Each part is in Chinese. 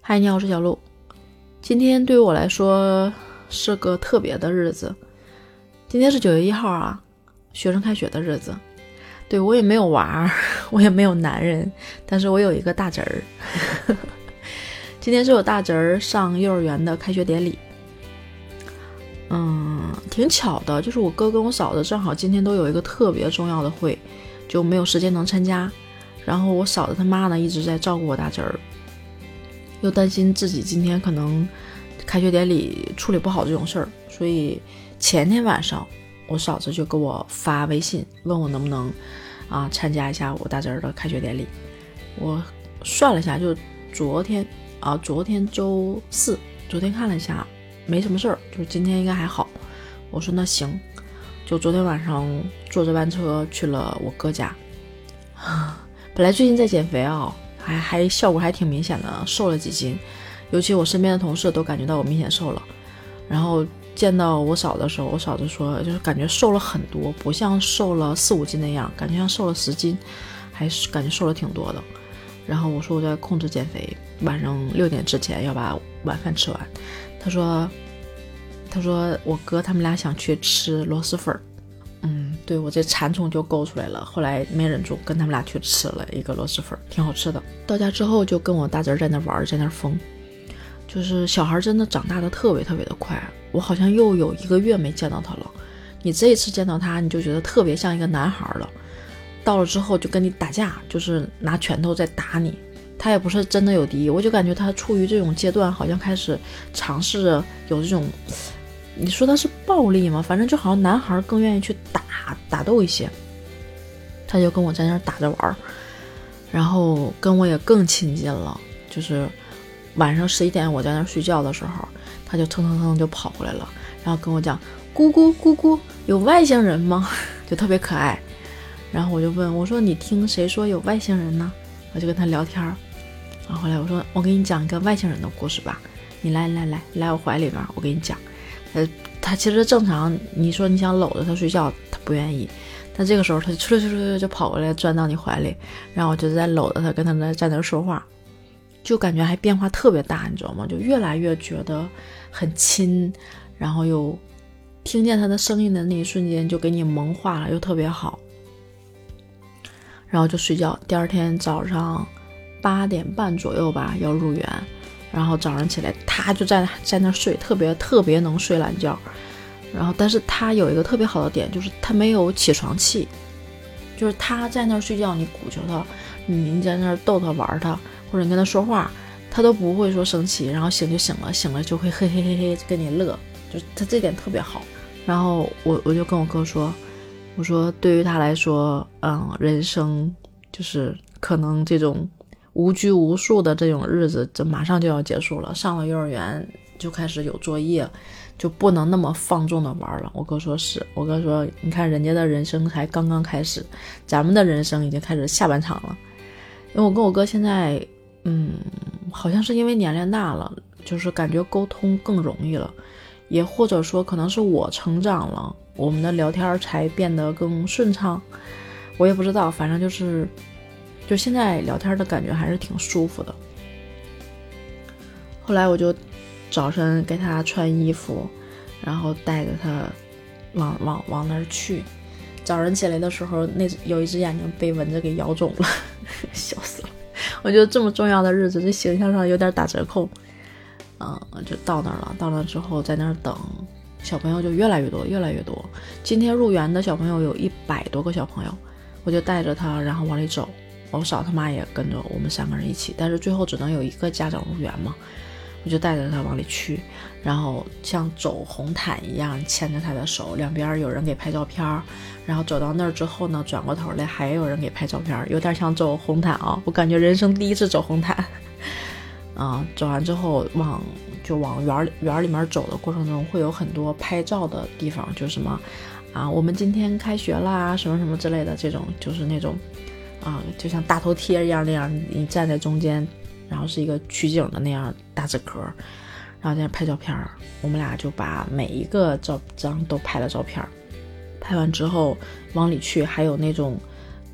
嗨，你好，我是小鹿。今天对于我来说是个特别的日子，今天是9月1号啊，学生开学的日子。对，我也没有娃，我也没有男人，但是我有一个大侄儿。今天是我大侄儿上幼儿园的开学典礼。挺巧的，就是我哥跟我嫂子正好今天都有一个特别重要的会，就没有时间能参加。然后我嫂子他妈呢一直在照顾我大侄儿，又担心自己今天可能开学典礼处理不好这种事儿，所以前天晚上我嫂子就给我发微信问我能不能参加一下我大侄儿的开学典礼。我算了一下，就昨天周4，昨天看了一下没什么事儿，就是今天应该还好。我说那行，就昨天晚上坐着班车去了我哥家。本来最近在减肥还效果还挺明显的，瘦了几斤，尤其我身边的同事都感觉到我明显瘦了。然后见到我嫂子的时候，我嫂子说就是感觉瘦了很多，不像瘦了4-5斤那样，感觉像瘦了10斤，还是感觉瘦了挺多的。然后我说我在控制减肥，晚上6点之前要把晚饭吃完。他说我哥他们俩想去吃螺蛳粉。对，我这馋虫就勾出来了，后来没忍住跟他们俩去吃了一个螺蛳粉，挺好吃的。到家之后就跟我大侄儿在那玩，在那疯，就是小孩真的长大的特别特别的快，我好像又有1个月没见到他了。你这一次见到他，你就觉得特别像一个男孩了，到了之后就跟你打架，就是拿拳头在打你，他也不是真的有敌意，我就感觉他处于这种阶段，好像开始尝试有这种，你说他是暴力吗？反正就好像男孩更愿意去打斗一些。他就跟我在那儿打着玩，然后跟我也更亲近了，就是晚上11点我在那儿睡觉的时候，他就腾腾腾就跑过来了，然后跟我讲姑姑有外星人吗？就特别可爱。然后我就问我说你听谁说有外星人呢？我就跟他聊天。然后后来我说我给你讲一个外星人的故事吧，你来我怀里边，我给你讲。他其实正常，你说你想搂着他睡觉他不愿意，但这个时候他就跑过来钻到你怀里，然后我就在搂着他跟他在那说话，就感觉还变化特别大，你知道吗？就越来越觉得很亲，然后又听见他的声音的那一瞬间就给你萌化了，又特别好。然后就睡觉，第二天早上8点半左右吧要入园，然后早上起来他就在那睡，特别能睡懒觉。然后但是他有一个特别好的点，就是他没有起床气，就是他在那睡觉，你鼓求他，你在那逗他玩他，或者你跟他说话，他都不会说生气，然后醒就醒了，醒了就会嘿嘿嘿嘿跟你乐，就是他这点特别好。然后我就跟我哥说，我说对于他来说人生就是可能这种无拘无束的这种日子这马上就要结束了，上了幼儿园就开始有作业，就不能那么放纵的玩了。我哥说是，我哥说你看人家的人生才刚刚开始，咱们的人生已经开始下半场了。因为我跟我哥现在好像是因为年龄大了，就是感觉沟通更容易了，也或者说可能是我成长了，我们的聊天才变得更顺畅，我也不知道，反正就现在聊天的感觉还是挺舒服的。后来我就早晨给他穿衣服，然后带着他往那儿去。早上起来的时候，有一只眼睛被蚊子给咬肿了，笑死了。我觉得这么重要的日子，这形象上有点打折扣。就到那儿了。到那之后，在那儿等，小朋友就越来越多。今天入园的小朋友有100多个小朋友，我就带着他，然后往里走。我嫂他妈也跟着我们3个人一起，但是最后只能有1个家长入园嘛。我就带着他往里去，然后像走红毯一样牵着他的手，两边有人给拍照片，然后走到那儿之后呢，转过头来还有人给拍照片，有点像走红毯我感觉人生第一次走红毯。走完之后往园里面走的过程中会有很多拍照的地方，就是什么我们今天开学啦什么什么之类的，这种就是那种就像大头贴一样那样，你站在中间，然后是一个取景的那样大纸壳，然后在那拍照片。我们俩就把每一个照张都拍了照片，拍完之后往里去，还有那种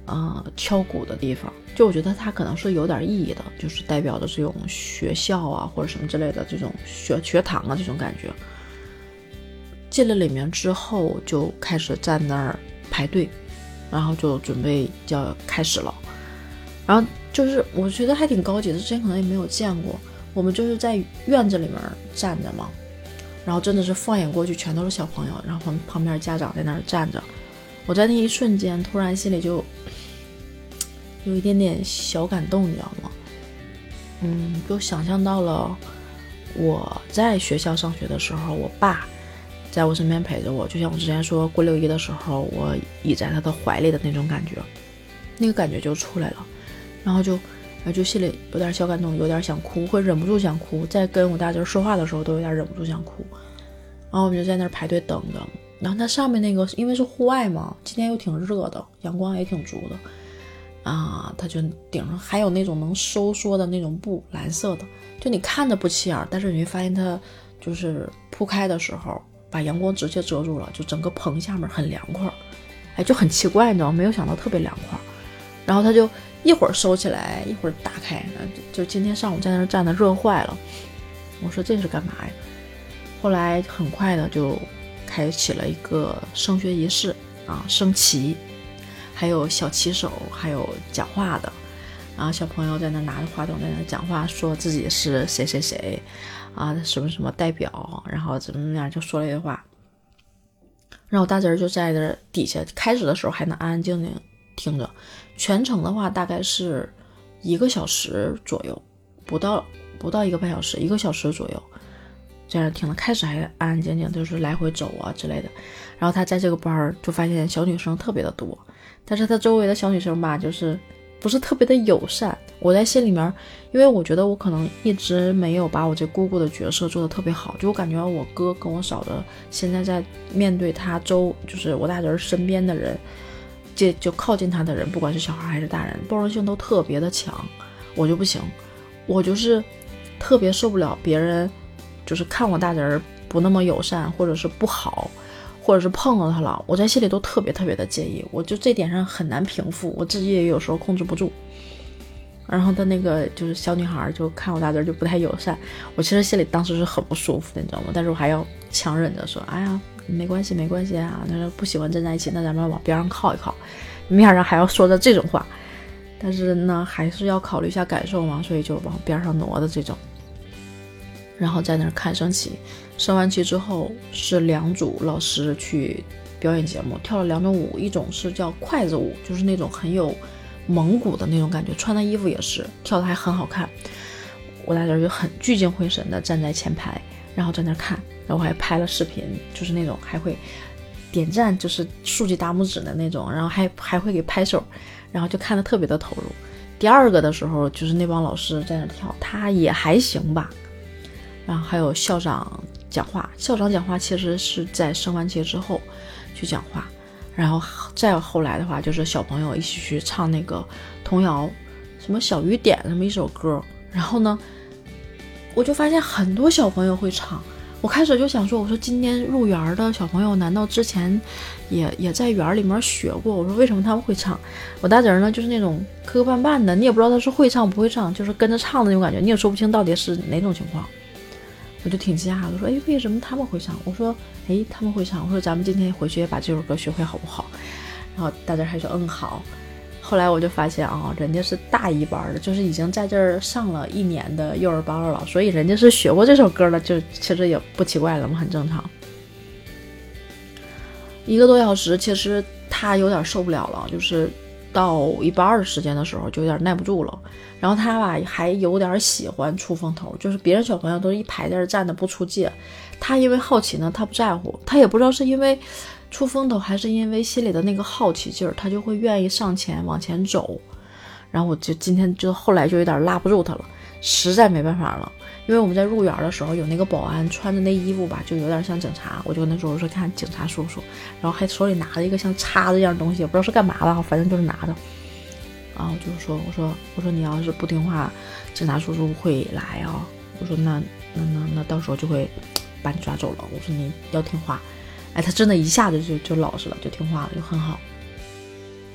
敲鼓的地方，就我觉得它可能是有点意义的，就是代表的这种学校啊或者什么之类的这种学堂啊这种感觉。进了里面之后就开始站那儿排队，然后就准备就要开始了。然后就是我觉得还挺高级的，之前可能也没有见过。我们就是在院子里面站着嘛，然后真的是放眼过去全都是小朋友，然后旁边家长在那儿站着。我在那一瞬间突然心里就有一点点小感动，你知道吗？就想象到了我在学校上学的时候，我爸在我身边陪着我，就像我之前说过6·1的时候我倚在他的怀里的那种感觉，那个感觉就出来了。然后就心里有点小感动，有点想哭，会忍不住想哭，在跟我大侄说话的时候都有点忍不住想哭。然后我们就在那儿排队等着，然后它上面那个因为是户外嘛，今天又挺热的，阳光也挺足的它就顶上还有那种能收缩的那种布，蓝色的，就你看着不起眼，但是你会发现它就是铺开的时候把阳光直接遮住了，就整个棚下面很凉快，就很奇怪，你知道吗？没有想到特别凉快。然后它就一会儿收起来一会儿打开，就今天上午在那儿站的热坏了。我说这是干嘛呀？后来很快的就开启了一个升学仪式升旗，还有小旗手，还有讲话的小朋友在那拿着话筒在那讲话，说自己是谁谁谁什么什么代表，然后怎么样就说了一句话。然后我大侄儿就在这底下，开始的时候还能安安静静听着，全程的话大概是1个小时左右，不到1个半小时，1个小时左右在那听了。开始还安安静静，就是来回走之类的。然后他在这个班就发现小女生特别的多，但是他周围的小女生吧，就是不是特别的友善。我在心里面，因为我觉得我可能一直没有把我这姑姑的角色做得特别好，就我感觉我哥跟我嫂子现在在面对他就是我大侄身边的人，就靠近他的人，不管是小孩还是大人，包容性都特别的强。我就不行，我就是特别受不了别人就是看我大侄不那么友善，或者是不好，或者是碰到他了，我在心里都特别特别的介意，我就这点上很难平复，我自己也有时候控制不住。然后他那个就是小女孩就看我大侄就不太友善，我其实心里当时是很不舒服的，你知道吗？但是我还要强忍着说，哎呀没关系没关系啊，他说不喜欢站在一起，那咱们往边上靠一靠，面上还要说着这种话，但是呢还是要考虑一下感受嘛，所以就往边上挪的这种。然后在那儿看升旗，升完旗之后是2组老师去表演节目，跳了2种舞，一种是叫筷子舞，就是那种很有蒙古的那种感觉，穿的衣服也是，跳的还很好看。我大侄就很聚精会神的站在前排，然后在那看，然后我还拍了视频，就是那种还会点赞，就是竖起大拇指的那种，然后还会给拍手，然后就看得特别的投入。第2个的时候就是那帮老师在那跳，他也还行吧。然后还有校长讲话，校长讲话其实是在升完旗之后去讲话，然后再后来的话就是小朋友一起去唱那个童谣，什么小雨点什么一首歌。然后呢我就发现很多小朋友会唱，我开始就想说，我说今年入园的小朋友难道之前也在园里面学过，我说为什么他们会唱。我大侄呢就是那种磕磕绊绊的，你也不知道他是会唱不会唱，就是跟着唱的那种感觉，你也说不清到底是哪种情况。我就挺惊讶的，说为什么他们会唱。我说他们会唱，我说咱们今天回去也把这首歌学会好不好。然后大家还说好。后来我就发现人家是大1班的，就是已经在这儿上了1年的幼儿班了，所以人家是学过这首歌了，就其实也不奇怪了嘛，很正常。1个多小时其实他有点受不了了，就是到1半2的时间的时候就有点耐不住了。然后他吧还有点喜欢出风头，就是别人小朋友都一排在这站着不出界，他因为好奇呢，他不在乎，他也不知道是因为出风头还是因为心里的那个好奇劲儿，他就会愿意上前往前走。然后我就今天就后来就有点拉不住他了，实在没办法了。因为我们在入园的时候有那个保安穿着那衣服吧，就有点像警察，我就跟他说，我说看警察叔叔，然后还手里拿着一个像叉子一样东西，我不知道是干嘛的，反正就是拿着。我就说我说你要是不听话，警察叔叔会来我说那到时候就会把你抓走了，我说你要听话。他真的一下子就老实了，就听话了，就很好。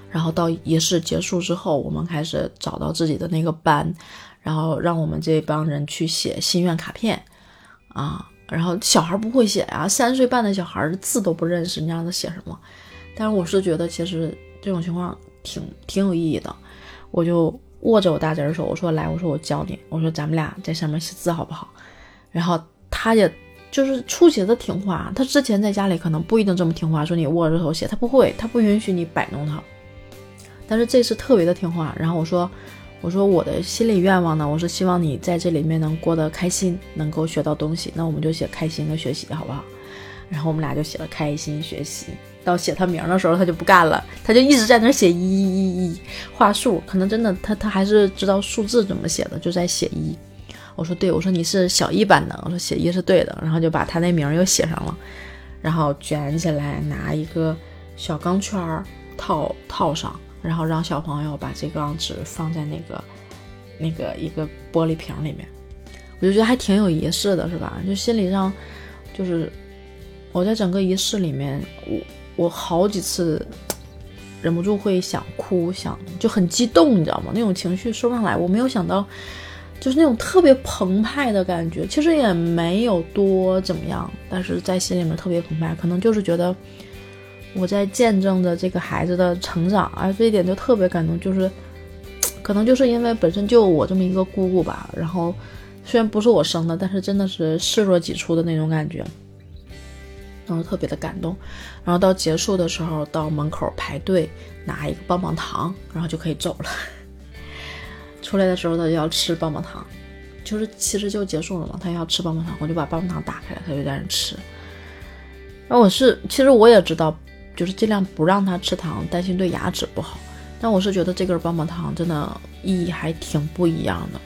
然后到仪式结束之后，我们开始找到自己的那个班，然后让我们这帮人去写心愿卡片啊。然后小孩不会写啊，3岁半的小孩字都不认识，你让他写什么？但是我是觉得其实这种情况挺有意义的。我就握着我大侄儿手，我说来，我说我教你，我说咱们俩在上面写字好不好？然后他也就是初学的听话，他之前在家里可能不一定这么听话，说你握着手写他不会，他不允许你摆弄他。但是这次特别的听话。然后我说我的心理愿望呢，我是希望你在这里面能过得开心，能够学到东西，那我们就写开心的学习好不好？然后我们俩就写了开心学习。到写他名的时候他就不干了，他就一直在那写111画数，可能真的他还是知道数字怎么写的，就在写1。我说对，我说你是小1版的，我说写1是对的，然后就把他那名又写上了，然后卷起来拿一个小钢圈套上，然后让小朋友把这钢纸放在那个一个玻璃瓶里面。我就觉得还挺有仪式的，是吧？就心理上就是我在整个仪式里面，我好几次忍不住会想哭，就很激动，你知道吗？那种情绪说不上来。我没有想到就是那种特别澎湃的感觉，其实也没有多怎么样，但是在心里面特别澎湃，可能就是觉得我在见证着这个孩子的成长啊，这一点就特别感动。就是可能就是因为本身就我这么一个姑姑吧，然后虽然不是我生的，但是真的是视若己出的那种感觉，然后特别的感动。然后到结束的时候，到门口排队拿一个棒棒糖，然后就可以走了。出来的时候他就要吃棒棒糖，就是其实就结束了嘛，他要吃棒棒糖，我就把棒棒糖打开了，他就在那吃。然后其实我也知道，就是尽量不让他吃糖，担心对牙齿不好，但我是觉得这根棒棒糖真的意义还挺不一样的。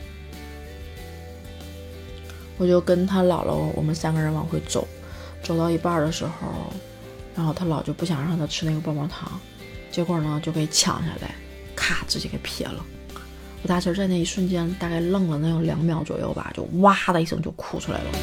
我就跟他姥姥我们3个人往回走到一半的时候，然后他姥就不想让他吃那个棒棒糖，结果呢就给抢下来，咔直接给撇了。我大侄在那一瞬间大概愣了能有2秒左右吧，就哇的一声就哭出来了。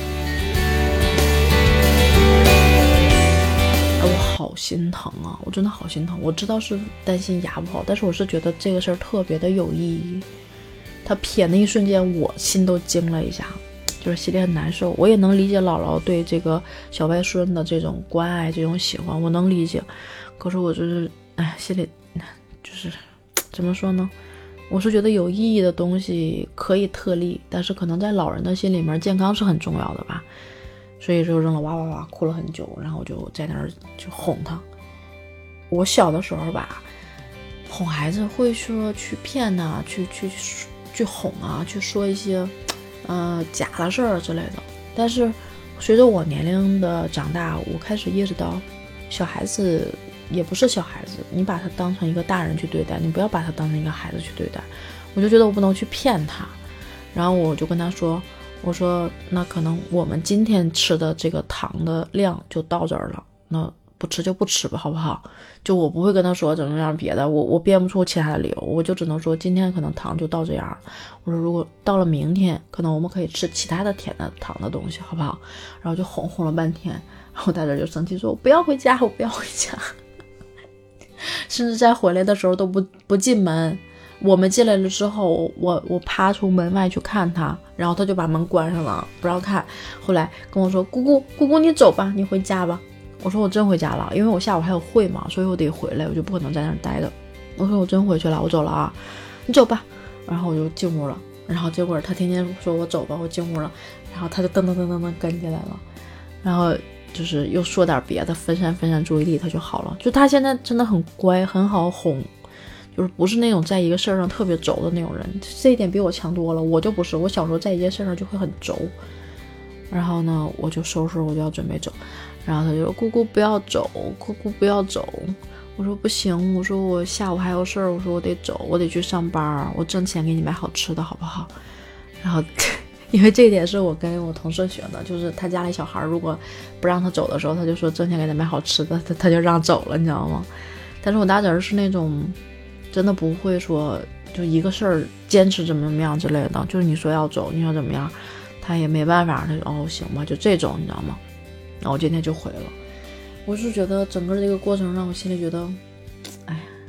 我好心疼啊，我真的好心疼。我知道是担心牙不好，但是我是觉得这个事儿特别的有意义。他撇那一瞬间我心都惊了一下，就是心里很难受。我也能理解姥姥对这个小外孙的这种关爱，这种喜欢，我能理解。可是我就是心里就是怎么说呢，我是觉得有意义的东西可以特例，但是可能在老人的心里面健康是很重要的吧，所以就扔了哇哇哇哭了很久。然后我就在那儿就哄他。我小的时候吧，哄孩子会说去骗啊，去哄啊，去说一些假的事儿之类的。但是随着我年龄的长大，我开始意识到小孩子也不是小孩子，你把他当成一个大人去对待，你不要把他当成一个孩子去对待。我就觉得我不能去骗他，然后我就跟他说，我说那可能我们今天吃的这个糖的量就到这儿了，那不吃就不吃吧，好不好？就我不会跟他说怎么样别的，我编不出其他的理由，我就只能说今天可能糖就到这样。我说如果到了明天，可能我们可以吃其他的甜的糖的东西，好不好？然后就哄了半天，然后大家就生气说我不要回家，我不要回家。甚至在回来的时候都不进门。我们进来了之后，我爬出门外去看他，然后他就把门关上了，不让看。后来跟我说姑姑你走吧，你回家吧。我说我真回家了，因为我下午还有会嘛，所以我得回来，我就不可能在那儿待着。我说我真回去了，我走了啊，你走吧。然后我就进屋了，然后结果他天天说我走吧，我进屋了，然后他就噔跟进来了，然后就是又说点别的，分散注意力，他就好了。就他现在真的很乖，很好哄，就是不是那种在一个事儿上特别轴的那种人，这一点比我强多了。我就不是，我小时候在一件事上就会很轴。然后呢，我就收拾，我就要准备走，然后他就说姑姑不要走，姑姑不要走。我说不行，我说我下午还有事儿，我说我得走，我得去上班，我挣钱给你买好吃的好不好？然后因为这一点是我跟我同事学的，就是他家里小孩如果不让他走的时候，他就说挣钱给他买好吃的，他就让走了，你知道吗？但是我大侄是那种真的不会说就一个事儿坚持怎么样之类的，就是你说要走，你说怎么样，他也没办法，他就哦行吧，就这种你知道吗？然后我今天就回了。我是觉得整个这个过程让我心里觉得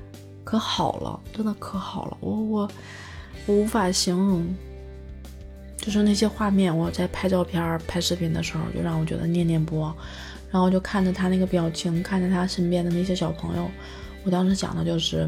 可好了，真的可好了，我无法形容，就是那些画面，我在拍照片拍视频的时候就让我觉得念念不忘，然后就看着他那个表情，看着他身边的那些小朋友，我当时想的就是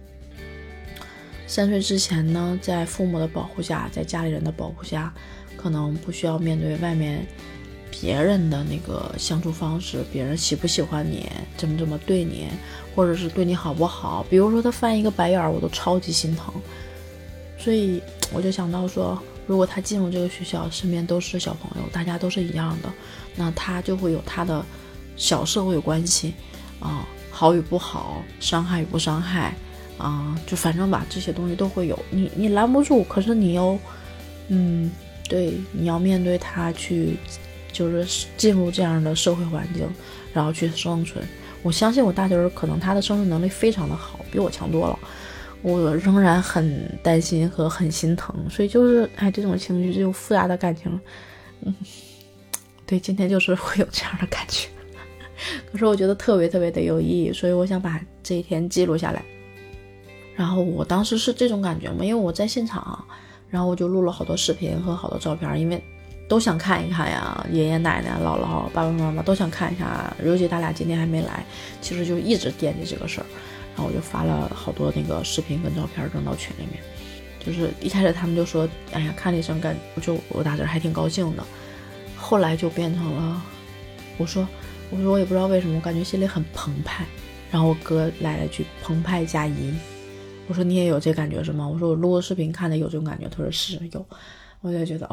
3岁之前呢，在父母的保护下，在家里人的保护下，可能不需要面对外面别人的那个相处方式，别人喜不喜欢你，怎么对你，或者是对你好不好，比如说他翻一个白眼我都超级心疼。所以我就想到说，如果他进入这个学校，身边都是小朋友，大家都是一样的，那他就会有他的小社会关系好与不好，伤害与不伤害就反正吧，这些东西都会有，你拦不住，可是你又对，你要面对他去就是进入这样的社会环境，然后去生存。我相信我大侄儿可能他的生存能力非常的好，比我强多了，我仍然很担心和很心疼，所以就是这种情绪，这种复杂的感情对，今天就是会有这样的感觉可是我觉得特别特别的有意义，所以我想把这一天记录下来。然后我当时是这种感觉嘛，因为我在现场然后我就录了好多视频和好多照片，因为都想看一看呀，爷爷奶奶姥姥爸爸妈妈都想看一下，尤其他俩今天还没来，其实就一直惦记这个事儿。然后我就发了好多那个视频跟照片扔到群里面，就是一开始他们就说哎呀看了一声我大侄还挺高兴的，后来就变成了我说我也不知道为什么，我感觉心里很澎湃。然后我哥来了句澎湃加1，我说你也有这感觉是吗？我说我录个视频看的有这种感觉，他说是有。我就觉得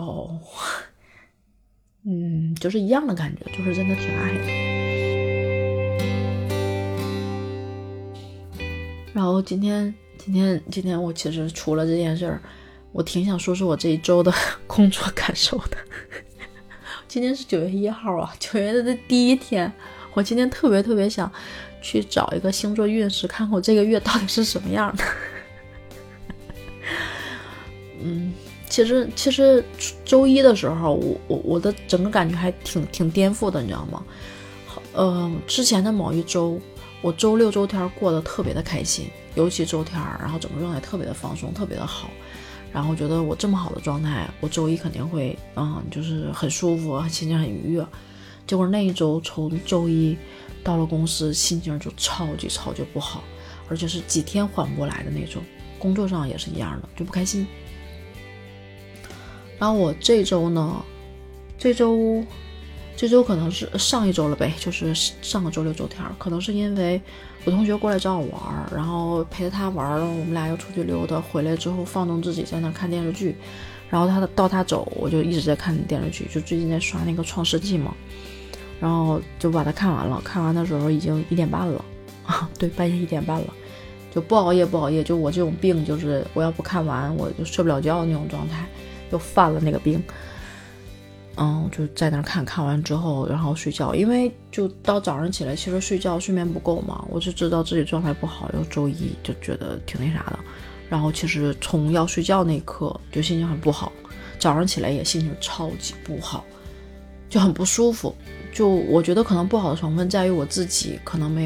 就是一样的感觉，就是真的挺爱的。然后今天我其实除了这件事儿，我挺想说说我这一周的工作感受的。今天是9月1号啊，9月的第一天，我今天特别特别想去找一个星座运势，看看我这个月到底是什么样的。其实周一的时候，我的整个感觉还挺颠覆的，你知道吗？之前的某一周，我周六周天过得特别的开心，尤其周天，然后整个状态特别的放松，特别的好。然后觉得我这么好的状态，我周一肯定会就是很舒服，心情很愉悦。结果那一周从周一到了公司，心情就超级不好，而且是几天缓不过来的那种，工作上也是一样的，就不开心。然后我这周呢，这周可能是上一周了呗，就是上个周六周天，可能是因为我同学过来找我玩，然后陪着他玩，我们俩又出去溜达，回来之后放纵自己在那看电视剧，然后他走，我就一直在看电视剧，就最近在刷那个《创世纪》嘛，然后就把它看完了，看完的时候已经1点半了对，半夜1点半了，就不熬夜，就我这种病，就是我要不看完我就睡不了觉那种状态，又犯了那个病。就在那看完之后，然后睡觉，因为就到早上起来，其实睡眠不够嘛，我就知道自己状态不好，又周一就觉得挺那啥的，然后其实从要睡觉那一刻就心情很不好，早上起来也心情超级不好，就很不舒服。就我觉得可能不好的成分在于我自己可能没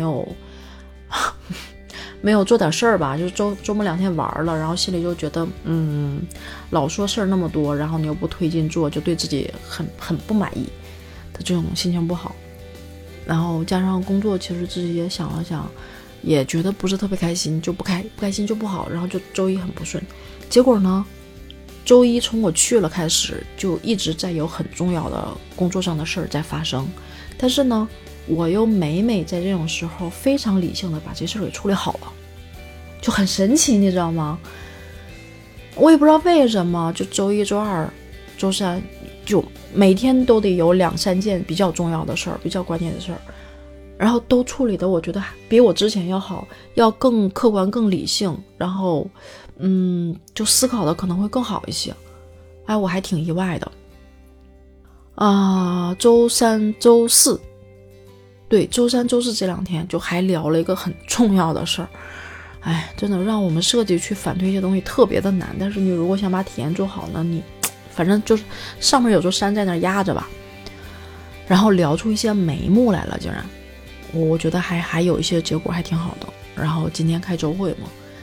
有做点事儿吧，就周末2天玩了，然后心里就觉得老说事儿那么多，然后你又不推进做，就对自己很不满意的这种心情不好。然后加上工作，其实自己也想了想，也觉得不是特别开心，就不开心就不好，然后就周一很不顺。结果呢，周一从我去了开始，就一直在有很重要的工作上的事儿在发生，但是呢我又每在这种时候非常理性的把这事儿给处理好了，就很神奇，你知道吗？我也不知道为什么，就周一周二周三就每天都得有2-3件比较重要的事儿，比较关键的事儿，然后都处理的我觉得比我之前要好，要更客观更理性，然后就思考的可能会更好一些。我还挺意外的周三周四这2天就还聊了一个很重要的事儿。真的让我们设计去反推一些东西特别的难，但是你如果想把体验做好呢，你反正就是上面有座山在那压着吧，然后聊出一些眉目来了，竟然我觉得还有一些结果还挺好的。然后今天开周会嘛，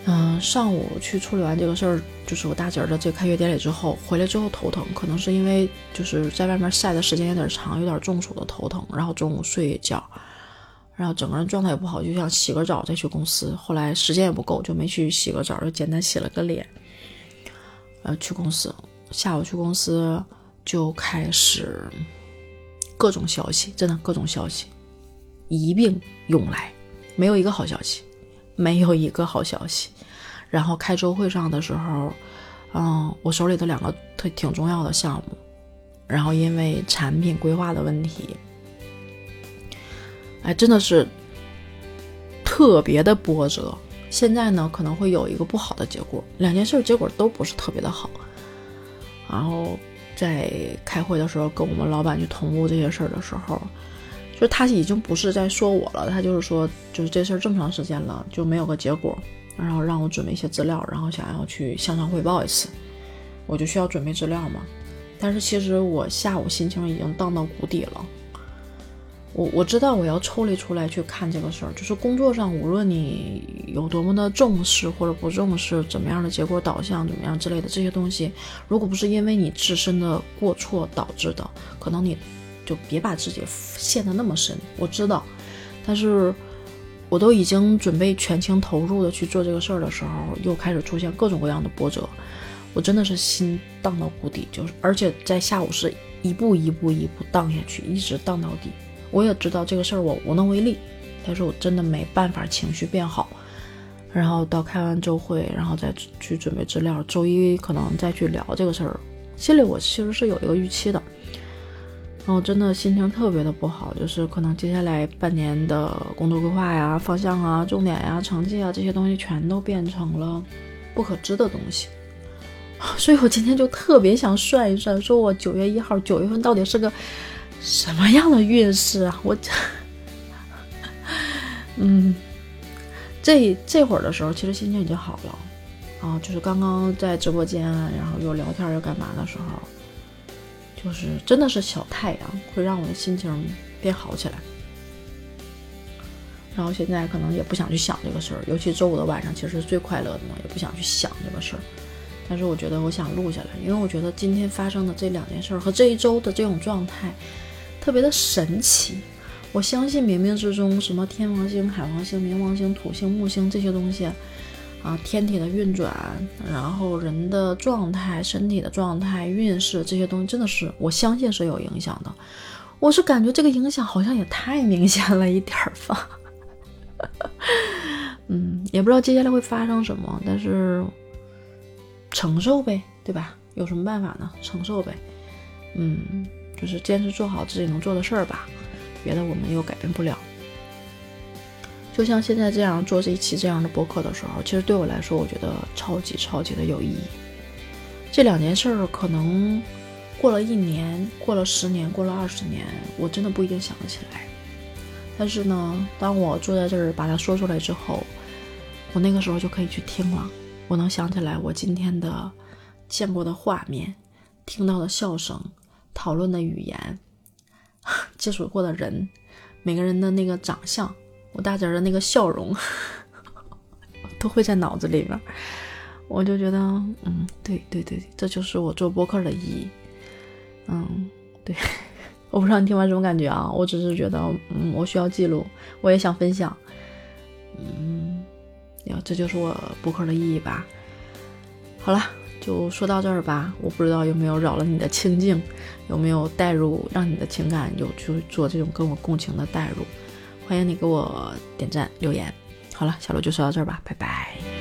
上午去处理完这个事儿，就是我大姐的这个开学典礼之后，回来之后头疼，可能是因为就是在外面晒的时间有点长，有点中暑的头疼，然后中午睡一觉，然后整个人状态也不好，就想洗个澡再去公司，后来时间也不够，就没去洗个澡，就简单洗了个脸，去公司。下午去公司就开始各种消息，真的各种消息一并涌来，没有一个好消息，没有一个好消息。然后开周会上的时候，我手里的2个挺重要的项目，然后因为产品规划的问题，真的是特别的波折。现在呢可能会有一个不好的结果，2件事结果都不是特别的好。然后在开会的时候跟我们老板去同步这些事儿的时候，就他已经不是在说我了，他就是说就是这事儿这么长时间了就没有个结果，然后让我准备一些资料，然后想要去向上汇报一次，我就需要准备资料嘛。但是其实我下午心情已经荡到谷底了，我知道我要抽离出来去看这个事儿，就是工作上无论你有多么的重视或者不重视，怎么样的结果导向怎么样之类的这些东西，如果不是因为你自身的过错导致的，可能你就别把自己陷得那么深。我知道，但是我都已经准备全情投入的去做这个事儿的时候，又开始出现各种各样的波折，我真的是心荡到谷底，就是而且在下午是一步一步荡下去，一直荡到底。我也知道这个事儿我无能为力，但是我真的没办法情绪变好。然后到开完周会，然后再去准备资料，周一可能再去聊这个事儿，心里我其实是有一个预期的。然后真的心情特别的不好，就是可能接下来半年的工作规划呀、方向啊、重点呀、成绩啊这些东西全都变成了不可知的东西。所以我今天就特别想算一算，说我9月1号9月份到底是个什么样的运势啊？我这会儿的时候其实心情已经好了就是刚刚在直播间然后又聊天又干嘛的时候，就是真的是小太阳会让我的心情变好起来。然后现在可能也不想去想这个事儿，尤其周五的晚上其实是最快乐的嘛，也不想去想这个事儿。但是我觉得我想录下来，因为我觉得今天发生的这2件事和这一周的这种状态特别的神奇。我相信冥冥之中什么天王星、海王星、冥王星、土星、木星这些东西天体的运转，然后人的状态、身体的状态、运势这些东西真的是我相信是有影响的。我是感觉这个影响好像也太明显了一点吧也不知道接下来会发生什么，但是承受呗，对吧？有什么办法呢？承受呗。就是坚持做好自己能做的事儿吧，别的我们又改变不了。就像现在这样做这一期这样的播客的时候，其实对我来说我觉得超级超级的有意义。这2件事儿可能过了1年，过了10年，过了20年，我真的不一定想得起来。但是呢，当我坐在这儿把它说出来之后，我那个时候就可以去听了，我能想起来我今天的见过的画面，听到的笑声，讨论的语言，接触过的人，每个人的那个长相，我大姐的那个笑容都会在脑子里边。我就觉得对，这就是我做播客的意义。对，我不知道你听完什么感觉啊，我只是觉得我需要记录，我也想分享。这就是我播客的意义吧。好了，就说到这儿吧。我不知道有没有扰了你的清静，有没有带入，让你的情感有去做这种跟我共情的带入。欢迎你给我点赞留言。好了，小罗就说到这儿吧，拜拜。